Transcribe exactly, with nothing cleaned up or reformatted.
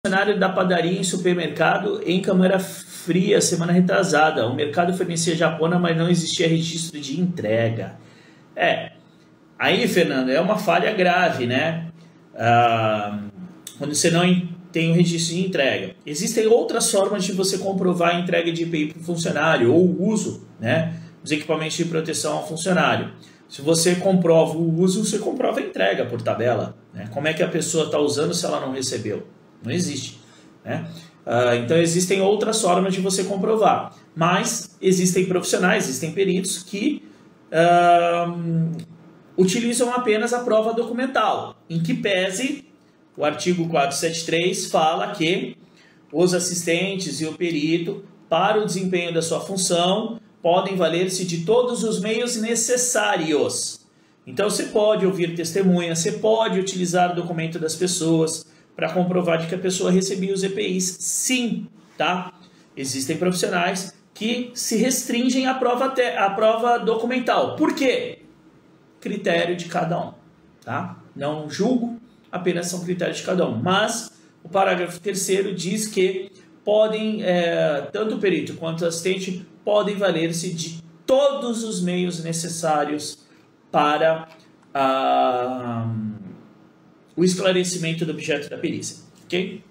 Funcionário da padaria em supermercado em câmara fria semana retrasada. O mercado fornecia japona, mas não existia registro de entrega. É, aí, Fernando, é uma falha grave, né? Ah, quando você não tem o registro de entrega. Existem outras formas de você comprovar a entrega de E P I para o funcionário ou o uso, né, dos equipamentos de proteção ao funcionário. Se você comprova o uso, você comprova a entrega por tabela, né? Como é que a pessoa está usando se ela não recebeu? Não existe, né? Uh, então existem outras formas de você comprovar, mas existem profissionais, existem peritos que uh, utilizam apenas a prova documental, em que pese o artigo quatrocentos e setenta e três fala que os assistentes e o perito, para o desempenho da sua função, podem valer-se de todos os meios necessários. Então você pode ouvir testemunha, você pode utilizar o documento das pessoas para comprovar de que a pessoa recebia os E P Is, sim, tá? Existem profissionais que se restringem à prova, te, à prova documental. Por quê? Critério de cada um, tá? Não julgo, apenas são critérios de cada um. Mas o parágrafo terceiro diz que podem, é, tanto o perito quanto o assistente, podem valer-se de todos os meios necessários para a... o esclarecimento do objeto da perícia, ok?